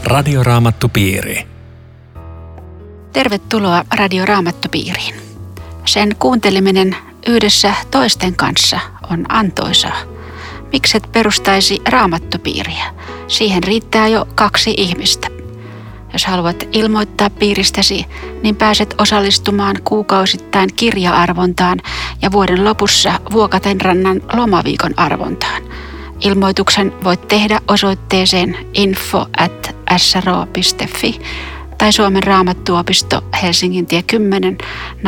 Radioraamattupiiri. Tervetuloa Radioraamattupiiriin. Sen kuunteleminen yhdessä toisten kanssa on antoisaa. Mikset perustaisi raamattupiiriä? Siihen riittää jo 2 ihmistä. Jos haluat ilmoittaa piiristäsi, niin pääset osallistumaan kuukausittain kirja-arvontaan ja vuoden lopussa Vuokatenrannan lomaviikon arvontaan. Ilmoituksen voit tehdä osoitteeseen info@sro.fi tai Suomen Raamattuopisto Helsingintie 10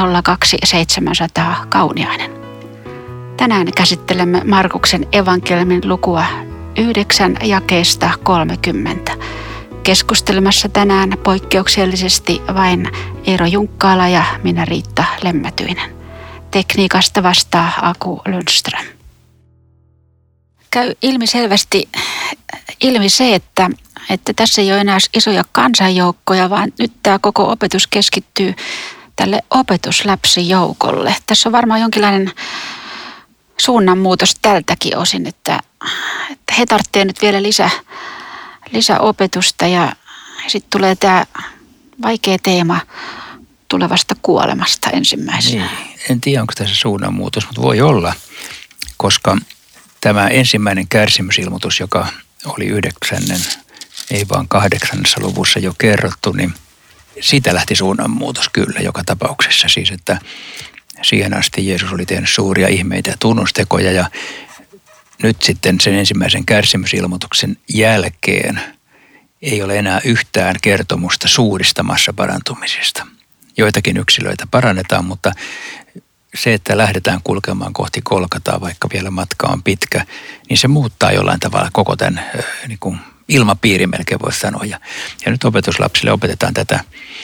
02700 Kauniainen. Tänään käsittelemme Markuksen evankeliumin lukua 9 jakeesta 30. Keskustelemassa tänään poikkeuksellisesti vain Eero Junkkaala ja minä Riitta Lemmätyinen. Tekniikasta vastaa Aku Lundström. Käy ilmiselvästi ilmi se, että tässä ei ole enää isoja kansanjoukkoja, vaan nyt tämä koko opetus keskittyy tälle opetuslapsijoukolle. Tässä on varmaan jonkinlainen suunnanmuutos tältäkin osin, että he tarvitsevat nyt vielä lisäopetusta ja sitten tulee tämä vaikea teema tulevasta kuolemasta ensimmäisenä. Niin, en tiedä, onko tässä suunnanmuutos, mutta voi olla, koska tämä ensimmäinen kärsimysilmoitus, joka oli 9, ei vaan 8. luvussa jo kerrottu, niin siitä lähti suunnanmuutos kyllä joka tapauksessa. Siis, että siihen asti Jeesus oli tehnyt suuria ihmeitä ja tunnustekoja ja nyt sitten sen ensimmäisen kärsimysilmoituksen jälkeen ei ole enää yhtään kertomusta suurista massaparantumisista. Joitakin yksilöitä parannetaan, mutta se, että lähdetään kulkemaan kohti Golgataa, vaikka vielä matka on pitkä, niin se muuttaa jollain tavalla koko tämän niin kuin ilmapiirin melkein voisi sanoa. Ja nyt opetuslapsille opetetaan tätä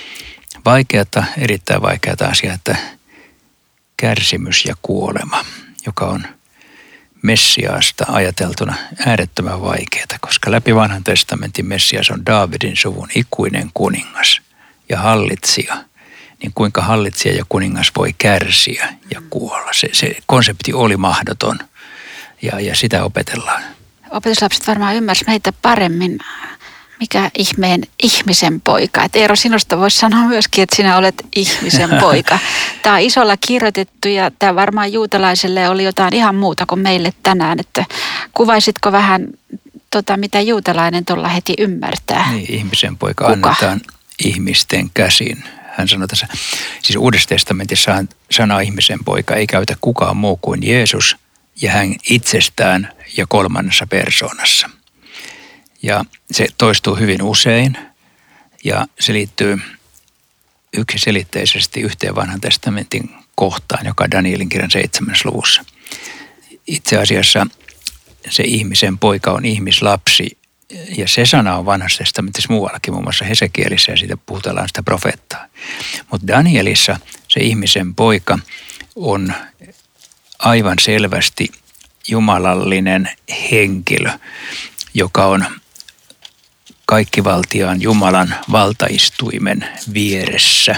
erittäin vaikeata asiaa, että kärsimys ja kuolema, joka on Messiaasta ajateltuna äärettömän vaikeaa, koska läpi Vanhan testamentin Messias on Daavidin suvun ikuinen kuningas ja hallitsija. Niin kuinka hallitsija ja kuningas voi kärsiä ja kuolla. Se konsepti oli mahdoton ja sitä opetellaan. Opetuslapset varmaan ymmärsivät meitä paremmin, mikä ihmeen ihmisen poika. Et Eero, sinusta voisi sanoa myöskin, että sinä olet ihmisen poika. Tämä on isolla kirjoitettu ja tämä varmaan juutalaiselle oli jotain ihan muuta kuin meille tänään. Että kuvaisitko vähän mitä juutalainen tuolla heti ymmärtää? Niin, ihmisen poika annetaan ihmisten käsin. Hän sanoi tässä, siis Uudessa testamentissa sana ihmisen poika ei käytä kukaan muu kuin Jeesus ja hän itsestään ja 3. persoonassa. Ja se toistuu hyvin usein ja se liittyy yksiselitteisesti yhteen Vanhan testamentin kohtaan, joka on Danielin kirjan 7. luvussa. Itse asiassa se ihmisen poika on ihmislapsi ja se sana on Vanhassa testamentissa muuallakin, muun muassa Hesekielissä ja siitä puhutellaan sitä profeettaa. Mutta Danielissa se ihmisen poika on aivan selvästi jumalallinen henkilö, joka on kaikkivaltiaan Jumalan valtaistuimen vieressä.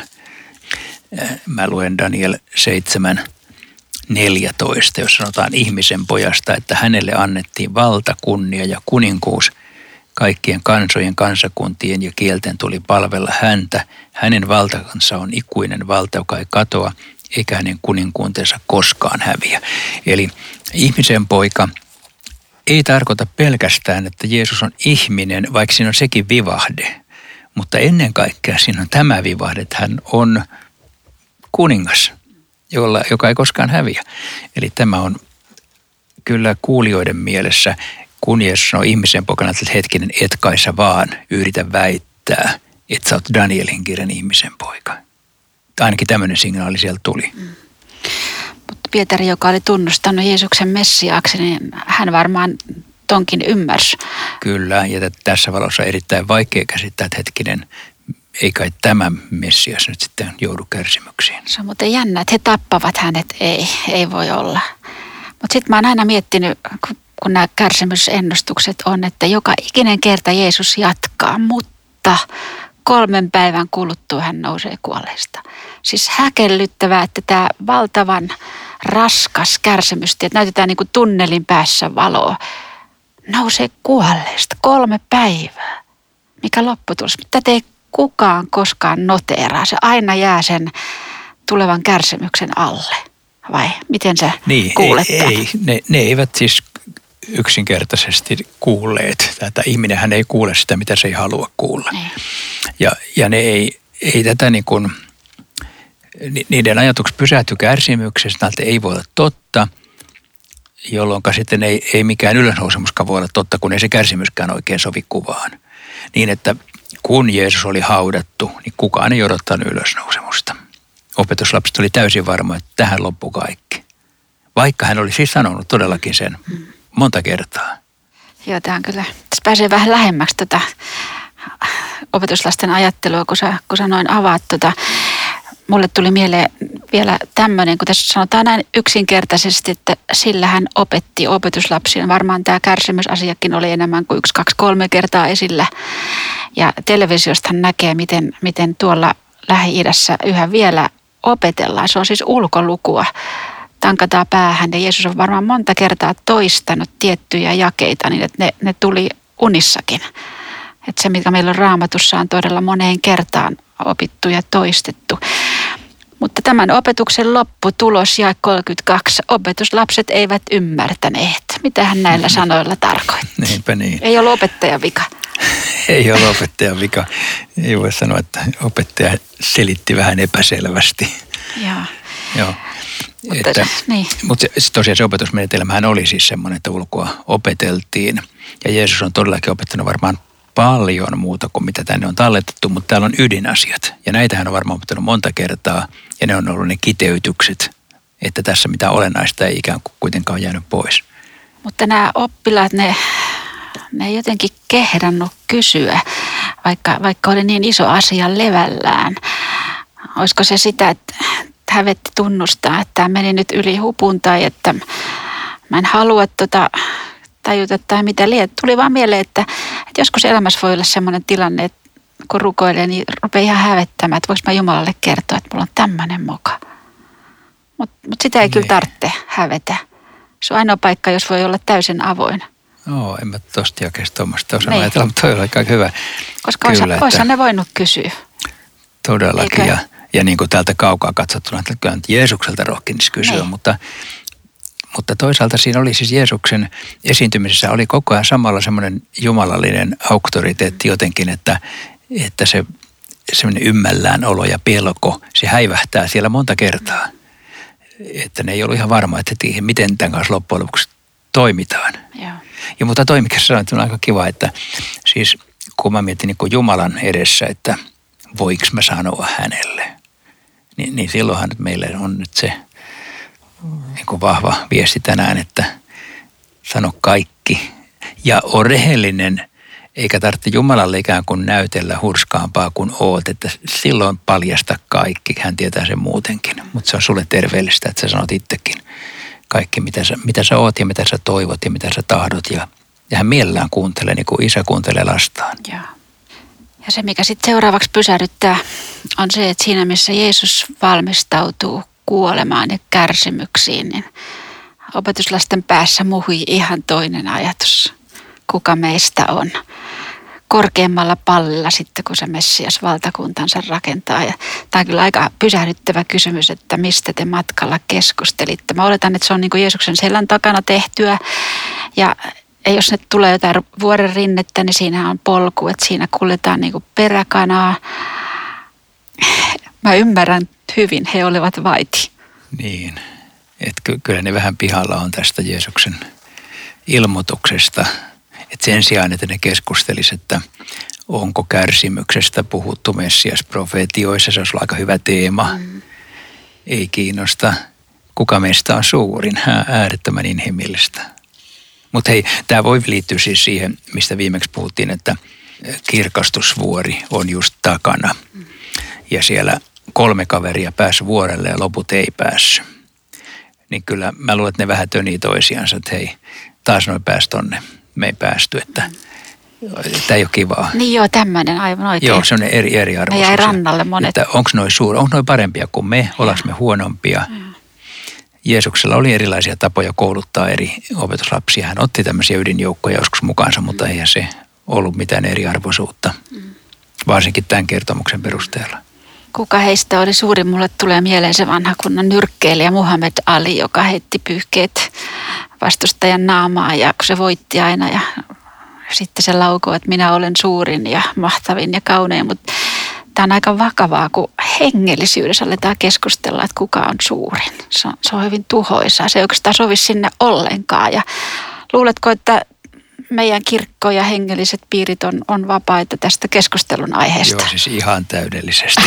Mä luen Daniel 7:14, jos sanotaan ihmisen pojasta, että hänelle annettiin valta, kunnia ja kuninkuus. Kaikkien kansojen, kansakuntien ja kielten tuli palvella häntä. Hänen valtansa on ikuinen valta, joka ei katoa, eikä hänen kuninkuutensa koskaan häviä. Eli ihmisen poika ei tarkoita pelkästään, että Jeesus on ihminen, vaikka siinä on sekin vivahde. Mutta ennen kaikkea siinä on tämä vivahde, että hän on kuningas, joka ei koskaan häviä. Eli tämä on kyllä kuulijoiden mielessä, kun Jeesus on ihmisen poikana, että hetkinen, et kai sä vaan yritä väittää, että sä oot Danielin kirjan ihmisen poika. Ainakin tämmöinen signaali sieltä tuli. Mutta Pietari, joka oli tunnustanut Jeesuksen Messiaaksi, niin hän varmaan tonkin ymmärsi. Kyllä, ja tässä valossa on erittäin vaikea käsittää, että hetkinen, ei kai tämä Messias nyt sitten joudu kärsimyksiin. Se on muuten jännä, että he tappavat hänet. Ei voi olla. Mutta sitten mä oon aina miettinyt, kun nämä kärsimysennustukset on, että joka ikinen kerta Jeesus jatkaa, mutta 3 päivän kuluttua hän nousee kuolleista. Siis häkellyttävää, että tämä valtavan raskas kärsimys, että näytetään niin kuin tunnelin päässä valoa, nousee kuolleista 3 päivää. mikä lopputulos. Tätä ei kukaan koskaan noteeraa. Se aina jää sen tulevan kärsimyksen alle. Vai miten sä kuulet ne eivät siis yksinkertaisesti kuulleet tätä. Ihminenhän ei kuule sitä, mitä se ei halua kuulla. Ja ne ei tätä niin kuin, niiden ajatukset pysähty kärsimyksestä, että ei voi olla totta, jolloin sitten ei mikään ylösnousemuskaan voi olla totta, kun ei se kärsimyskään oikein sovi kuvaan. Niin, että kun Jeesus oli haudattu, niin kukaan ei odottanut ylösnousemusta. Opetuslapset oli täysin varma, että tähän loppui kaikki. Vaikka hän oli siis sanonut todellakin sen monta kertaa. Joo, tämä on kyllä. Tässä pääsee vähän lähemmäksi opetuslasten ajattelua, kun sä noin avaat Mulle tuli mieleen vielä tämmöinen, kun tässä sanotaan näin yksinkertaisesti, että sillä hän opetti opetuslapsia. Varmaan tämä kärsimysasiakin oli enemmän kuin 1, 2, 3 kertaa esillä. Ja televisiostahan näkee, miten tuolla Lähi-idässä yhä vielä opetellaan. Se on siis ulkolukua. Tankataan päähän ja Jeesus on varmaan monta kertaa toistanut tiettyjä jakeita niin, että ne tuli unissakin. Että se, mikä meillä on Raamatussa, on todella moneen kertaan opittu ja toistettu. Mutta tämän opetuksen lopputulos jae 32. Opetuslapset eivät ymmärtäneet. Mitä hän näillä sanoilla tarkoittaa? Niinpä niin. Ei ollut opettajan vika. Ei ole opettajan vika. Ei voi sanoa, että opettaja selitti vähän epäselvästi. Joo. Mutta tosiaan se opetusmenetelmähän oli siis semmoinen, että ulkoa opeteltiin. Ja Jeesus on todellakin opettanut varmaan paljon muuta kuin mitä tänne on talletettu, mutta täällä on ydinasiat. Ja näitähän on varmaan opettanut monta kertaa, ja ne on ollut ne kiteytykset, että tässä mitään olennaista ei ikään kuin kuitenkaan jäänyt pois. Mutta nämä oppilaat, ne ei jotenkin kehdannut kysyä, vaikka oli niin iso asia levällään. Olisiko se sitä, että hävetti tunnustaa, että tämä meni nyt yli hupun, tai että mä en halua tajuta tai mitä liian. Tuli vaan mieleen, että joskus elämässä voi olla sellainen tilanne, että kun rukoilee, niin rupeaa ihan hävettämään, että voiko mä Jumalalle kertoa, että mulla on tämmöinen moka. Mutta sitä ei kyllä tarvitse hävetä. Se on ainoa paikka, jos voi olla täysin avoin. Joo, en mä tosta jakeesta tuommoista osaa ajatella, mutta toi on aika hyvä. Koska olisihan ne voinut kysyä. Todellakin. Ja niin kuin täältä kaukaa katsottuna, että kyllä Jeesukselta rohkenisi kysyä, mutta toisaalta siinä oli siis Jeesuksen esiintymisessä oli koko ajan samalla semmoinen jumalallinen auktoriteetti jotenkin, että se semmoinen ymmällään olo ja pelko, se häivähtää siellä monta kertaa. Että ne ei ollut ihan varma, että miten tämän kanssa loppujen lopuksi toimitaan. Ja mutta toi, mikä sanoit, on aika kiva, että siis kun mä mietin niin kuin Jumalan edessä, että voiko mä sanoa hänelle, niin silloinhan meillä on nyt se niin kuin vahva viesti tänään, että sano kaikki ja ole rehellinen, eikä tarvitse Jumalalle ikään kuin näytellä hurskaampaa kuin oot, että silloin paljasta kaikki, hän tietää sen muutenkin, mutta se on sulle terveellistä, että sä sanot itsekin kaikki, mitä sä oot ja mitä sä toivot ja mitä sä tahdot ja hän mielellään kuuntelee, niin kuin isä kuuntelee lastaan. Ja se, mikä sitten seuraavaksi pysähdyttää, on se, että siinä missä Jeesus valmistautuu kuolemaan ja kärsimyksiin, niin opetuslasten päässä muhui ihan toinen ajatus, kuka meistä on korkeammalla pallilla sitten, kun se Messias valtakuntansa rakentaa. Ja tämä on kyllä aika pysähdyttävä kysymys, että mistä te matkalla keskustelitte. Mä oletan, että se on niin kuin Jeesuksen selän takana tehtyä ja jos ne tulee jotain vuoren rinnettä, niin siinä on polku, että siinä kuljetaan niin kuin peräkanaa. Mä ymmärrän hyvin, he olivat vaiti. Niin, että kyllä ne vähän pihalla on tästä Jeesuksen ilmoituksesta. Että sen sijaan, että ne keskustelisi, että onko kärsimyksestä puhuttu Messias-profeetioissa, se olisi aika hyvä teema. Ei kiinnosta, kuka meistä on suurin, äärettömän inhimillistä. Mutta hei, tämä voi liittyä siis siihen, mistä viimeksi puhuttiin, että kirkastusvuori on just takana. Ja siellä 3 kaveria pääsi vuorelle ja loput ei päässyt. Niin kyllä mä luulen, että ne vähän tönii toisiansa, että hei, taas noin pääsi tonne. Me ei päästy, että tämä ei ole kivaa. Niin joo, tämmöinen aivan oikein. Joo, se on eriarvoisuus. Me jäi rannalle monet. Että onko noin parempia kuin me, ollaanko me huonompia. Jeesuksella oli erilaisia tapoja kouluttaa eri opetuslapsia. Hän otti tämmöisiä ydinjoukkoja joskus mukaansa, mutta eihän se ollut mitään eriarvoisuutta, varsinkin tämän kertomuksen perusteella. Kuka heistä oli suuri? Mulle tulee mieleen se vanha kunnan nyrkkeilijä Muhammad Ali, joka heitti pyyhkeet vastustajan naamaa ja kun se voitti aina ja sitten se laukoi, että minä olen suurin ja mahtavin ja kaunein, mutta tämä on aika vakavaa, kun hengellisyydessä aletaan keskustella, että kuka on suurin. Se on hyvin tuhoisaa, se ei oikeastaan sovi sinne ollenkaan ja luuletko, että meidän kirkko ja hengelliset piirit on vapaita tästä keskustelun aiheesta? Joo, siis ihan täydellisesti.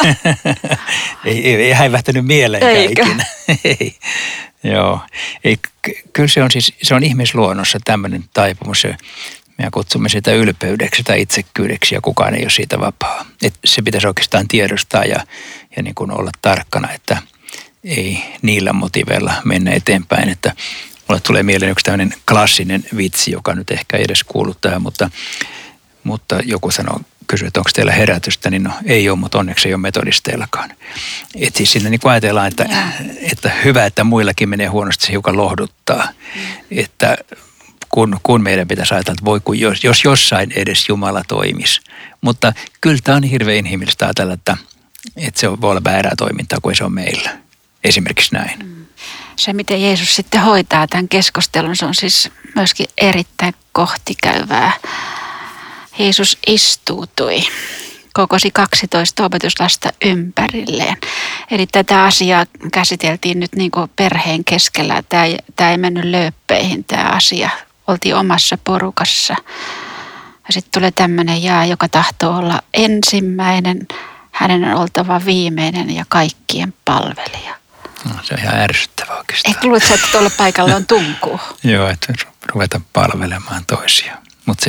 ei häivähtänyt mieleenkään ikinä. Ei. Joo. Kyllä se on ihmisluonnossa tämmöinen taipumus. Me kutsumme sitä ylpeydeksi tai itsekkyydeksi ja kukaan ei ole siitä vapaa. Et se pitäisi oikeastaan tiedostaa ja niin kuin olla tarkkana, että ei niillä motiveilla mennä eteenpäin, että mulle tulee mieleen yksi tämmöinen klassinen vitsi, joka nyt ehkä ei edes kuulu tähän, mutta joku kysyy, että onko teillä herätystä, niin no ei ole, mutta onneksi ei ole metodisteillakaan. Että siis siinä niin kuin ajatellaan, että hyvä, että muillakin menee huonosti, se hiukan lohduttaa. Että kun meidän pitäisi ajatella, että voi kun jos jossain edes Jumala toimisi. Mutta kyllä tämä on hirveän inhimillistä ajatella, että se voi olla väärää toimintaa, kuin se on meillä. Esimerkiksi näin. Se, miten Jeesus sitten hoitaa tämän keskustelun, se on siis myöskin erittäin kohtikäyvää. Jeesus istuutui, kokosi 12 opetuslasta ympärilleen. Eli tätä asiaa käsiteltiin nyt niin kuin perheen keskellä. Tämä ei mennyt lööppeihin tämä asia. Oltiin omassa porukassa. Ja sitten tulee tämmöinen joka tahtoo olla ensimmäinen. Hänen on oltava viimeinen ja kaikkien palvelija. No, se on ihan ärsyttävää oikeastaan. Eikö luulet, että tuolla paikalla on tunkuu? Joo, että ruveta palvelemaan toisia. Mutta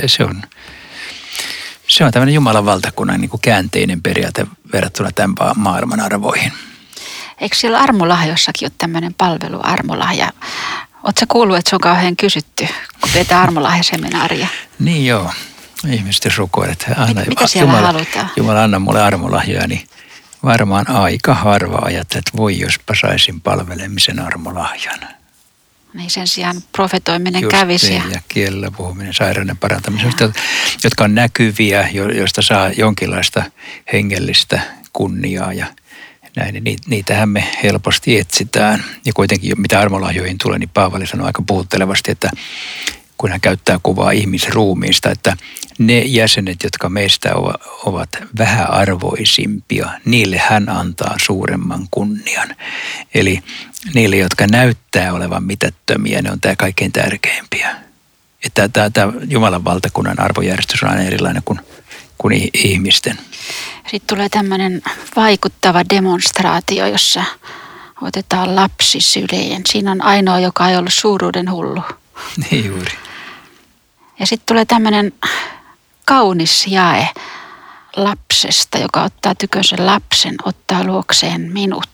se on tämmöinen Jumalan valtakunnan niin kuin käänteinen periaate verrattuna tämän maailman arvoihin. Eikö siellä armolahjossakin ole tämmöinen palveluarmolahja? Oletko kuullut, että se on kauhean kysytty, kun pidetään armolahjaseminaaria? Niin joo, ihmiset rukoilet. Mitä siellä halutaan? Jumala, anna mulle armolahjoja, niin varmaan aika harva ajattelee, että voi jospa saisin palvelemisen armolahjan. Niin sen sijaan profetoiminen kävisi. Ja kielellä puhuminen, sairauden parantaminen, jotka on näkyviä, joista saa jonkinlaista hengellistä kunniaa ja näin. Niitähän me helposti etsitään. Ja kuitenkin mitä armolahjoihin tulee, niin Paavali sanoo aika puhuttelevasti, että kun hän käyttää kuvaa ihmisruumiista, että ne jäsenet, jotka meistä ovat vähäarvoisimpia, niille hän antaa suuremman kunnian. Eli niille, jotka näyttää olevan mitättömiä, ne on tämä kaikkein tärkeimpiä. Että tämä Jumalan valtakunnan arvojärjestys on aina erilainen kuin ihmisten. Sitten tulee tämmöinen vaikuttava demonstraatio, jossa otetaan lapsi syliin. Siinä on ainoa, joka ei ollut suuruuden hullu. Niin juuri. Ja sitten tulee tämmöinen kaunis jae lapsesta, joka ottaa tykönsä lapsen, ottaa luokseen minut.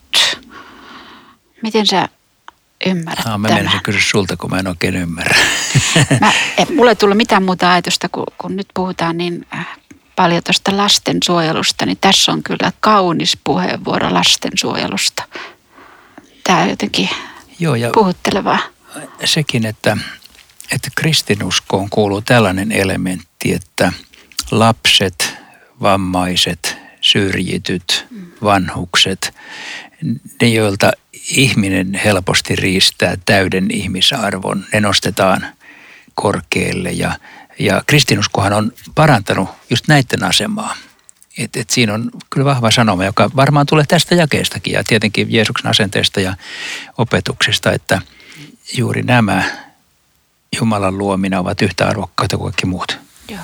Miten sä ymmärrät Mä menisin kysyä sulta, kun mä en oikein ymmärrä. Mulle ei tullut mitään muuta ajatusta, kun nyt puhutaan niin paljon tuosta lastensuojelusta, niin tässä on kyllä kaunis puheenvuoro lastensuojelusta. Tämä on jotenkin puhuttelevaa. Sekin, että kristinuskoon kuuluu tällainen elementti, että lapset, vammaiset, syrjityt, vanhukset, ne joilta ihminen helposti riistää täyden ihmisarvon, ne nostetaan korkealle ja kristinuskohan on parantanut just näiden asemaa. Et siinä on kyllä vahva sanoma, joka varmaan tulee tästä jakeestakin ja tietenkin Jeesuksen asenteesta ja opetuksesta, että juuri nämä Jumalan luomina ovat yhtä arvokkaita kuin kaikki muut. Joo.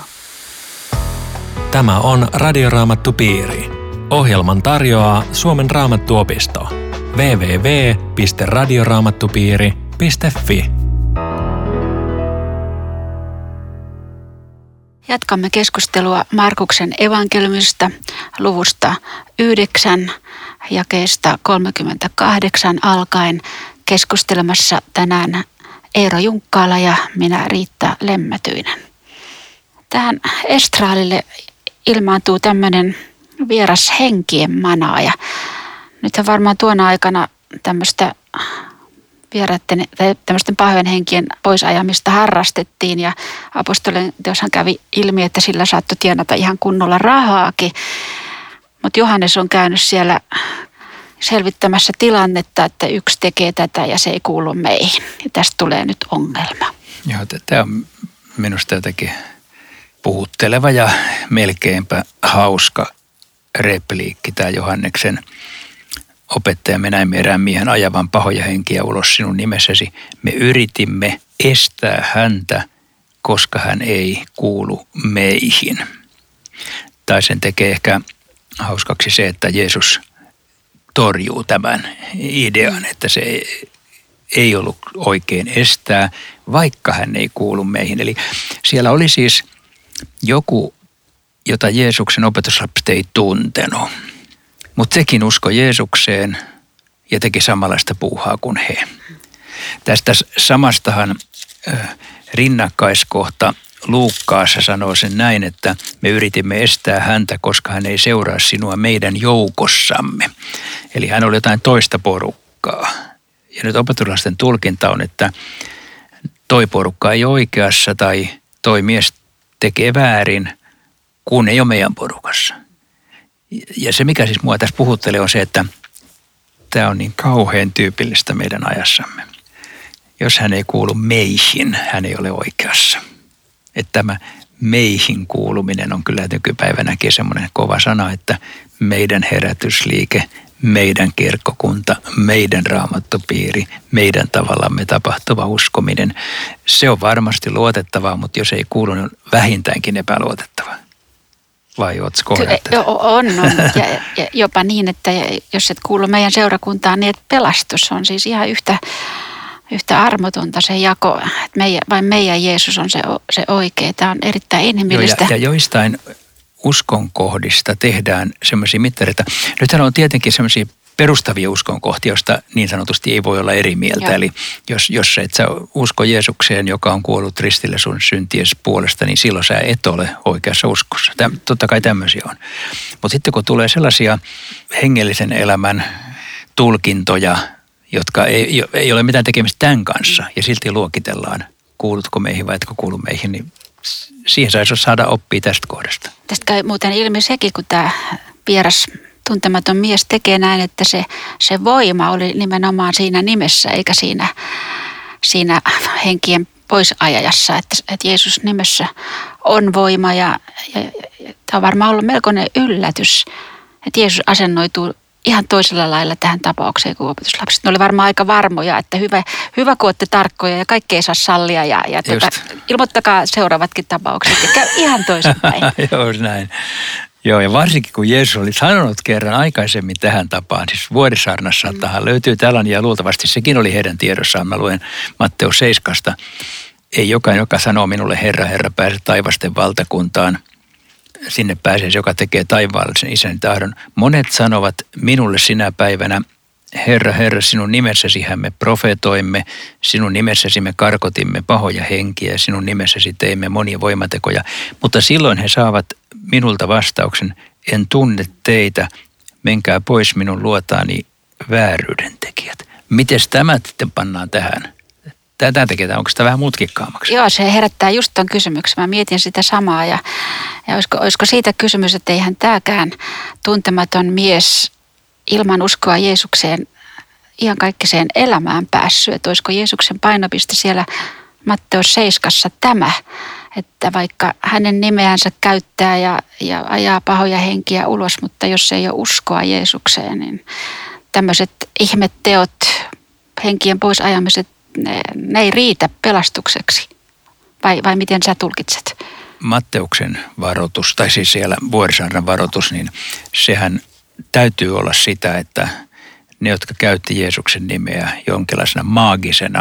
Tämä on Radioraamattupiiri. Ohjelman tarjoaa Suomen Raamattuopisto. www.radioraamattupiiri.fi. Jatkamme keskustelua Markuksen evankeliumista luvusta 9 jakeesta 38 alkaen keskustelemassa tänään Eero Junkkaala ja minä Riitta Lemmätyinen. Tähän estraalille ilmaantuu tämmöinen vieras henkien manaa ja nythän varmaan tuona aikana tämmöistä vieraiden tai tämmöisten pahojen henkien poisajamista harrastettiin ja apostolien teossahan kävi ilmi, että sillä saattoi tienata ihan kunnolla rahaakin. Mutta Johannes on käynyt siellä selvittämässä tilannetta, että yksi tekee tätä ja se ei kuulu meihin. Ja tästä tulee nyt ongelma. Joo, tämä on minusta jotenkin puhutteleva ja melkeinpä hauska repliikki, tämä Johanneksen opettaja, me näimme erään miehen ajavan pahoja henkiä ulos sinun nimessäsi. Me yritimme estää häntä, koska hän ei kuulu meihin. Tai sen tekee ehkä hauskaksi se, että Jeesus torjuu tämän idean, että se ei ollut oikein estää, vaikka hän ei kuulu meihin. Eli siellä oli siis joku, jota Jeesuksen opetuslapset ei tuntenut. Mutta sekin uskoi Jeesukseen ja teki samanlaista puuhaa kuin he. Tästä samastahan rinnakkaiskohta Luukkaassa sanoo sen näin, että me yritimme estää häntä, koska hän ei seuraa sinua meidän joukossamme. Eli hän oli jotain toista porukkaa. Ja nyt opetuslasten tulkinta on, että toi porukka ei ole oikeassa tai toi mies tekee väärin, kun ei ole meidän porukassa. Ja se, mikä siis mua tässä puhuttelee, on se, että tämä on niin kauhean tyypillistä meidän ajassamme. Jos hän ei kuulu meihin, hän ei ole oikeassa. Että tämä meihin kuuluminen on kyllä nykypäivänäkin semmoinen kova sana, että meidän herätysliike, meidän kirkkokunta, meidän raamattopiiri, meidän tavallamme tapahtuva uskominen, se on varmasti luotettavaa, mutta jos ei kuulu, niin on vähintäänkin epäluotettavaa. Vai ootko kohdannut tätä? On. Ja jopa niin, että jos et kuulu meidän seurakuntaan, niin et pelastus on siis ihan yhtä armotonta se jako, että vain meidän Jeesus on se oikea. Tämä on erittäin inhimillistä. Ja joistain uskonkohdista tehdään semmoisia mittareita. Nythän on tietenkin semmoisia perustavia uskonkohtia, joista niin sanotusti ei voi olla eri mieltä. Joo. Eli jos et sä usko Jeesukseen, joka on kuollut ristille sun synties puolesta, niin silloin sä et ole oikeassa uskossa. Totta kai tämmöisiä on. Mutta sitten kun tulee sellaisia hengellisen elämän tulkintoja, jotka ei ole mitään tekemistä tämän kanssa ja silti luokitellaan, kuulutko meihin vai etkö kuulu meihin, niin siihen saisi saada oppia tästä kohdasta. Tästä käy muuten ilmi sekin, kun tämä vieras tuntematon mies tekee näin, että se voima oli nimenomaan siinä nimessä eikä siinä henkien poisajajassa, että Jeesus nimessä on voima ja tämä on varmaan ollut melkoinen yllätys, että Jeesus asennoituu ihan toisella lailla tähän tapaukseen kuin opetuslapset. Ne oli varmaan aika varmoja, että hyvä kun olette tarkkoja ja kaikkea ei saa sallia ja ilmoittakaa seuraavatkin tapaukset ja käy ihan toisinpäin. Joo, näin. Joo, ja varsinkin kun Jeesus oli sanonut kerran aikaisemmin tähän tapaan, siis Vuorisaarnassa, tähän löytyy tällainen ja luultavasti sekin oli heidän tiedossaan. Mä luen Matteus 7. Ei jokainen, joka sanoo minulle Herra, Herra, pääse taivasten valtakuntaan. Sinne pääsee, joka tekee taivaallisen Isän tahdon. Monet sanovat minulle sinä päivänä, Herra, Herra, sinun nimessäsihän me profetoimme, sinun nimessäsi me karkotimme pahoja henkiä, sinun nimessäsi teimme monia voimatekoja. Mutta silloin he saavat minulta vastauksen, en tunne teitä, menkää pois minun luotaani vääryyden tekijät. Mites tämä sitten pannaan tähän? Tätä tekee, onko sitä vähän mutkikkaammaksi? Joo, se herättää just ton kysymyksen. Mä mietin sitä samaa ja olisiko siitä kysymys, että eihän tämäkään tuntematon mies ilman uskoa Jeesukseen iankaikkiseen elämään päässyt. Että olisiko Jeesuksen painopiste siellä Matteus 7 tämä, että vaikka hänen nimeänsä käyttää ja ajaa pahoja henkiä ulos, mutta jos ei ole uskoa Jeesukseen, niin tämmöiset ihmetteot, henkien poisajamiset, ne ei riitä pelastukseksi. Vai miten sä tulkitset? Matteuksen varoitus, tai siis siellä Vuorisaarnan varoitus, niin sehän täytyy olla sitä, että ne, jotka käytti Jeesuksen nimeä jonkinlaisena maagisena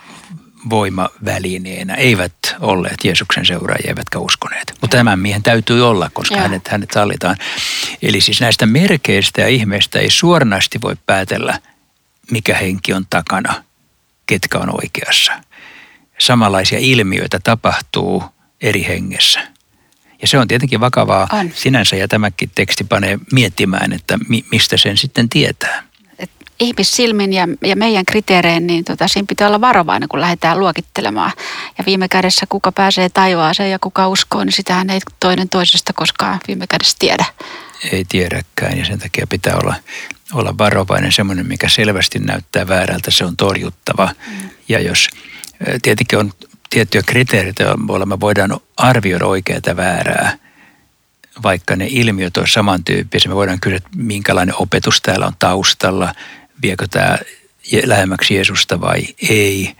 voimavälineenä, eivät olleet Jeesuksen seuraajia, eivätkä uskoneet. Mutta tämän miehen täytyy olla, koska hänet sallitaan. Eli siis näistä merkeistä ja ihmeistä ei suoranaisesti voi päätellä, mikä henki on takana, ketkä on oikeassa. Samanlaisia ilmiöitä tapahtuu eri hengessä. Ja se on tietenkin vakavaa sinänsä, ja tämäkin teksti panee miettimään, että mistä sen sitten tietää. ihmissilmin ja meidän kriteerein, niin siinä pitää olla varovainen, kun lähdetään luokittelemaan. Ja viime kädessä kuka pääsee taivaaseen ja kuka uskoo, niin sitähän ei toinen toisesta koskaan viime kädessä tiedä. Ei tiedäkään, ja sen takia pitää olla varovainen. Semmoinen, mikä selvästi näyttää väärältä, se on torjuttava. Ja jos tietenkin on tiettyjä kriteereitä, joilla me voidaan arvioida oikeaa väärää, vaikka ne ilmiöt on samantyyppisiä, me voidaan kysyä, minkälainen opetus täällä on taustalla, viekö tämä lähemmäksi Jeesusta vai ei,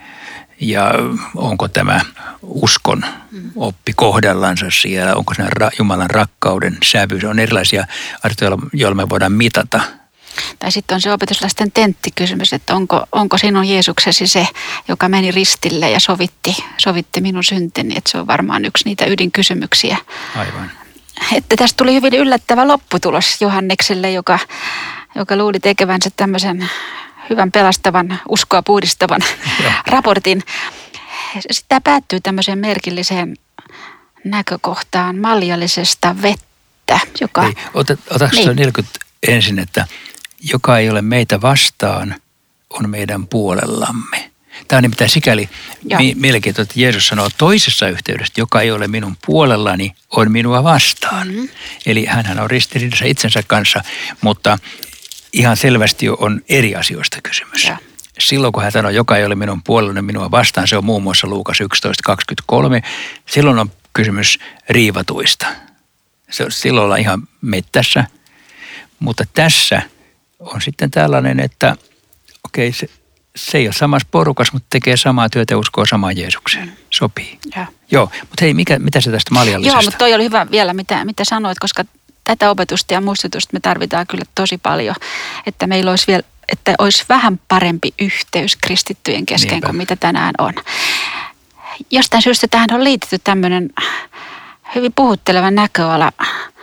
ja onko tämä uskon oppi kohdallansa siellä, onko se Jumalan rakkauden sävy. On erilaisia arvoja, joilla me voidaan mitata. Tai sitten on se opetuslasten tenttikysymys, että onko sinun Jeesuksesi se, joka meni ristille ja sovitti minun syntini, että se on varmaan yksi niitä ydinkysymyksiä. Aivan. Että tästä tuli hyvin yllättävä lopputulos Johannekselle, joka luuli tekevänsä tämmöisen hyvän pelastavan, uskoa puhdistavan raportin. Sitten tämä päättyy tämmöiseen merkilliseen näkökohtaan maljallisesta vettä, joka... Ei, otatko niin. 40 ensin, että joka ei ole meitä vastaan, on meidän puolellamme. Tämä on nimittäin sikäli mielenkiintoista, että Jeesus sanoo toisessa yhteydessä, joka ei ole minun puolellani, on minua vastaan. Mm-hmm. Eli hänhän on ristiriidassa itsensä kanssa, mutta ihan selvästi on eri asioista kysymys. Ja. Silloin kun hän sanoo, joka ei ole minun puolellani, minua vastaan, se on muun muassa Luukas 11.23. Silloin on kysymys riivatuista. Silloin ollaan ihan mettässä, mutta tässä on sitten tällainen, että okei, se ei ole samassa porukassa, mutta tekee samaa työtä ja uskoo samaan Jeesukseen. Sopii. Ja. Joo, mutta hei, mitä se tästä maljallisesta? Joo, mutta toi oli hyvä vielä, mitä sanoit, koska tätä opetusta ja muistutusta me tarvitaan kyllä tosi paljon, että meillä olisi vielä, että olisi vähän parempi yhteys kristittyjen kesken kuin mitä tänään on. Jostain syystä tähän on liitetty tämmöinen hyvin puhutteleva näköala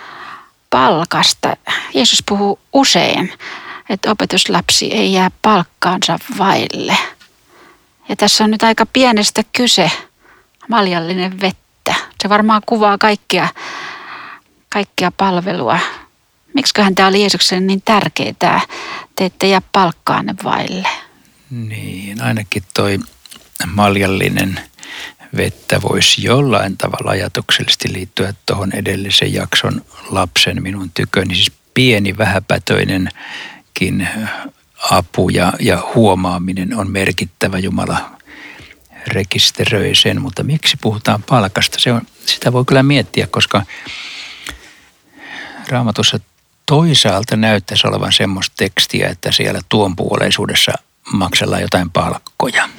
palkasta. Jeesus puhuu usein, että opetuslapsi ei jää palkkaansa vaille. Ja tässä on nyt aika pienestä kyse, maljallinen vettä. Se varmaan kuvaa kaikkia palvelua. Miksiköhän tämä oli Jeesukselle niin tärkeää, te ette jää palkkaanne vaille? Niin, ainakin toi maljallinen vettä voisi jollain tavalla ajatuksellisesti liittyä tuohon edellisen jakson lapsen minun tyköni. Siis pieni, vähäpätöinenkin apu ja huomaaminen on merkittävä. Jumala rekisteröi sen, mutta miksi puhutaan palkasta? Sitä voi kyllä miettiä, koska Raamatussa toisaalta näyttäisi olevan semmoista tekstiä, että siellä tuonpuoleisuudessa maksellaan jotain palkkoja.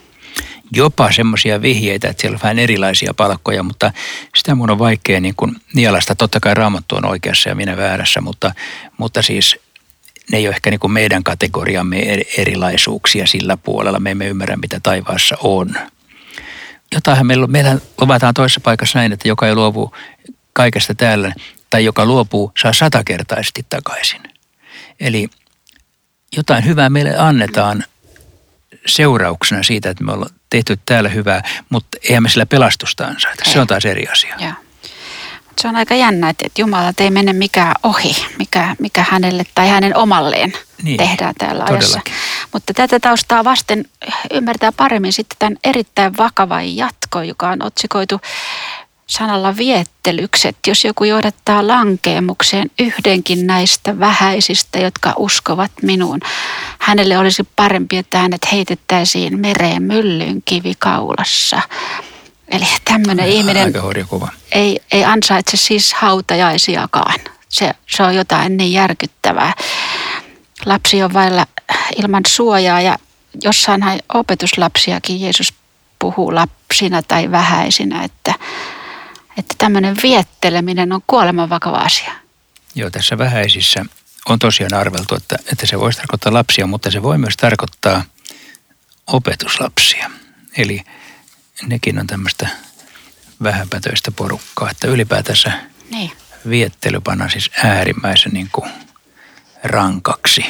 Jopa semmoisia vihjeitä, että siellä on vähän erilaisia palkkoja, mutta sitä mun on vaikea niin kuin nielasta. Totta kai Raamattu on oikeassa ja minä väärässä, mutta siis ne ei ole ehkä niin kuin meidän kategoriamme erilaisuuksia sillä puolella. Me emme ymmärrä, mitä taivaassa on. Jotainhan meillä luvataan toisessa paikassa näin, että joka ei luovu kaikesta täällä, tai joka luopuu, saa 100-kertaisesti takaisin. Eli jotain hyvää meille annetaan seurauksena siitä, että me ollaan tehty täällä hyvää, mutta eihän me sillä pelastusta ansaita. Se on taas eri asia. Ja. Se on aika jännä, että Jumala ei mene mikään ohi, mikä hänelle tai hänen omalleen tehdään täällä ajassa. Mutta tätä taustaa vasten ymmärtää paremmin sitten tämän erittäin vakavan jatko, joka on otsikoitu sanalla viettelykset. Jos joku johdattaa lankeemukseen yhdenkin näistä vähäisistä, jotka uskovat minuun, hänelle olisi parempi, että hänet heitettäisiin mereen myllyn kivikaulassa. Eli tämmöinen ihminen ei ansaitse siis hautajaisiakaan. Se on jotain niin järkyttävää. Lapsi on vailla ilman suojaa ja jossain opetuslapsiakin Jeesus puhuu lapsina tai vähäisinä, että tämmöinen vietteleminen on kuoleman vakava asia. Joo, tässä vähäisissä on tosiaan arveltu, että se voisi tarkoittaa lapsia, mutta se voi myös tarkoittaa opetuslapsia. Eli nekin on tämmöistä vähäpätöistä porukkaa, että ylipäätänsä viettely pannaan siis äärimmäisen niin kuin rankaksi.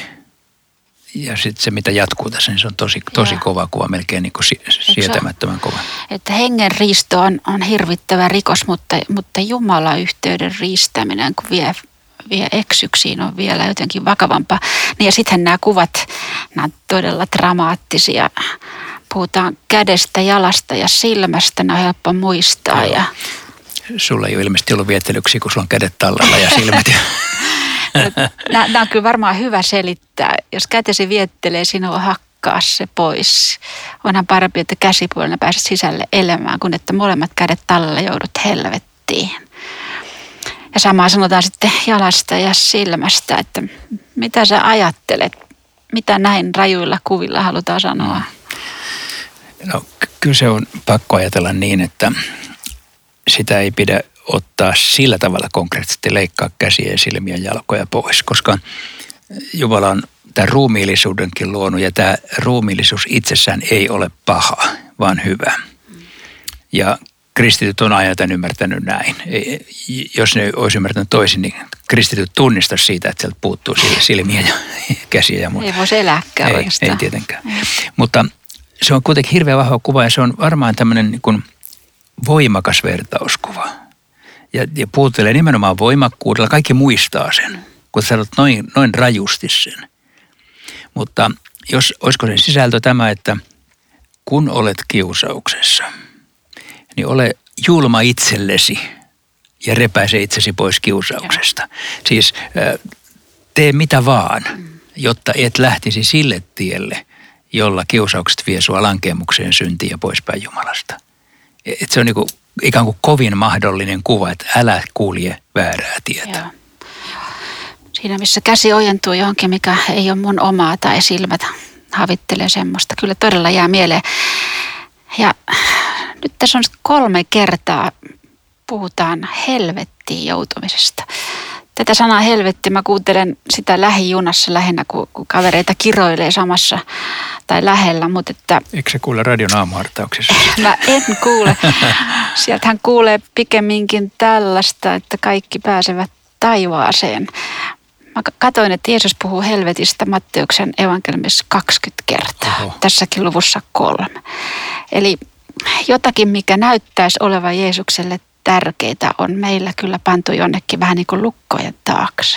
Ja sitten se, mitä jatkuu tässä, niin se on tosi kova kuva, melkein niin kuin sietämättömän kova. Että hengen riisto on hirvittävä rikos, mutta Jumala-yhteyden riistäminen, kun vie eksyksiin, on vielä jotenkin vakavampaa. Niin ja sitten nämä kuvat Nämä on todella dramaattisia. Puhutaan kädestä, jalasta ja silmästä, ne on helppo muistaa. Ja sulla ei ole ilmeisesti ollut viettelyksiä, kun sulla on kädet tallella ja silmät. Nämä on kyllä varmaan hyvä selittää. Jos kätesi viettelee, sinua hakkaa se pois. Onhan parempi, että käsipuolella pääset sisälle elämään, kun että molemmat kädet tallella joudut helvettiin. Ja samaa sanotaan sitten jalasta ja silmästä, että mitä sä ajattelet, mitä näin rajuilla kuvilla halutaan sanoa? No kyllä se on pakko ajatella niin, että sitä ei pidä ottaa sillä tavalla konkreettisesti leikkaa käsiä ja silmiä ja jalkoja pois, koska Jumala on tämän ruumiillisuudenkin luonut ja tämä ruumiillisuus itsessään ei ole paha, vaan hyvä. Ja kristityt on ajan ymmärtänyt näin. Jos ne olisi ymmärtänyt toisin, niin kristityt tunnistaisi siitä, että sieltä puuttuu silmiä ja käsiä ja muuta. Ei voisi elääkään oikeastaan. Ei tietenkään. Mutta se on kuitenkin hirveän vahva kuva ja se on varmaan tämmöinen niin kuin voimakas vertauskuva. Ja puhuttelee nimenomaan voimakkuudella. Kaikki muistaa sen, kun sanot noin rajusti sen. Mutta olisiko sen sisältö tämä, että kun olet kiusauksessa, niin ole julma itsellesi ja repäise itsesi pois kiusauksesta. Siis tee mitä vaan, jotta et lähtisi sille tielle, jolla kiusaukset vie sua lankeemukseen, syntiin ja poispäin Jumalasta. Et se on niin kuin, ikään kuin kovin mahdollinen kuva, että älä kulje väärää tietä. Joo. Siinä missä käsi ojentuu johonkin, mikä ei ole mun omaa tai silmät havittelee semmoista. Kyllä todella jää mieleen. Ja nyt tässä on 3 kertaa puhutaan helvettiin joutumisesta. Tätä sanaa helvetti mä kuuntelen sitä lähijunassa lähinnä, kun kavereita kiroilee samassa tai lähellä. Mutta että eikö se kuule radion aamuhartauksessa? Mä en kuule. Sieltähän kuulee pikemminkin tällaista, että kaikki pääsevät taivaaseen. Mä katsoin, että Jeesus puhuu helvetistä Matteuksen evankeliumissa 20 kertaa. Oho. Tässäkin luvussa 3. Eli jotakin, mikä näyttäisi olevan Jeesukselle tärkeitä, on meillä kyllä pantu jonnekin vähän niin kuin lukkojen taakse.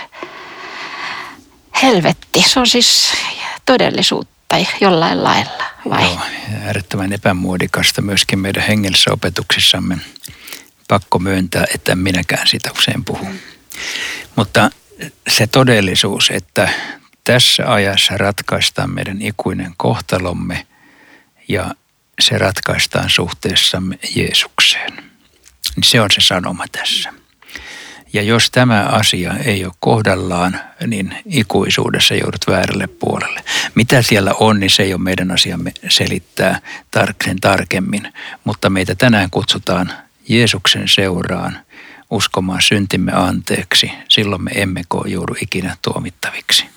Helvetti, se on siis todellisuutta jollain lailla, vai? Joo, äärettömän epämuodikasta myöskin meidän hengellisessä opetuksissamme. Pakko myöntää, että minäkään sitä usein puhu. Mutta se todellisuus, että tässä ajassa ratkaistaan meidän ikuinen kohtalomme ja se ratkaistaan suhteessamme Jeesukseen. Niin se on se sanoma tässä. Ja jos tämä asia ei ole kohdallaan, niin ikuisuudessa joudut väärälle puolelle. Mitä siellä on, niin se ei ole meidän asiamme selittää sen tarkemmin. Mutta meitä tänään kutsutaan Jeesuksen seuraan uskomaan syntimme anteeksi. Silloin me emme joudu ikinä tuomittaviksi.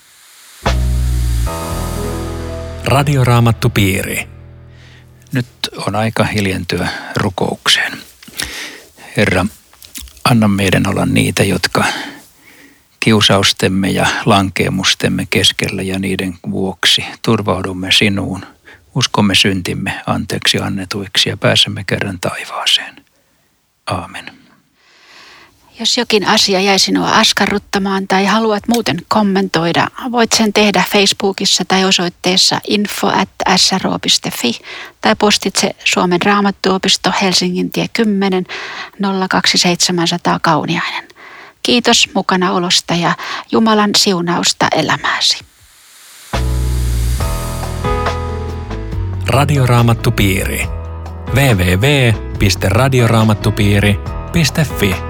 Radioraamattupiiri. Nyt on aika hiljentyä rukoukseen. Herra, anna meidän olla niitä, jotka kiusaustemme ja lankeemustemme keskellä ja niiden vuoksi turvaudumme sinuun. Uskomme syntimme anteeksi annetuiksi ja pääsemme kerran taivaaseen. Aamen. Jos jokin asia jäi sinua askarruttamaan tai haluat muuten kommentoida, voit sen tehdä Facebookissa tai osoitteessa info@sro.fi tai postitse Suomen Raamattuopisto Helsingintie 10 02700 Kauniainen. Kiitos mukanaolosta ja Jumalan siunausta elämääsi. Radioraamattupiiri. www.radioraamattupiiri.fi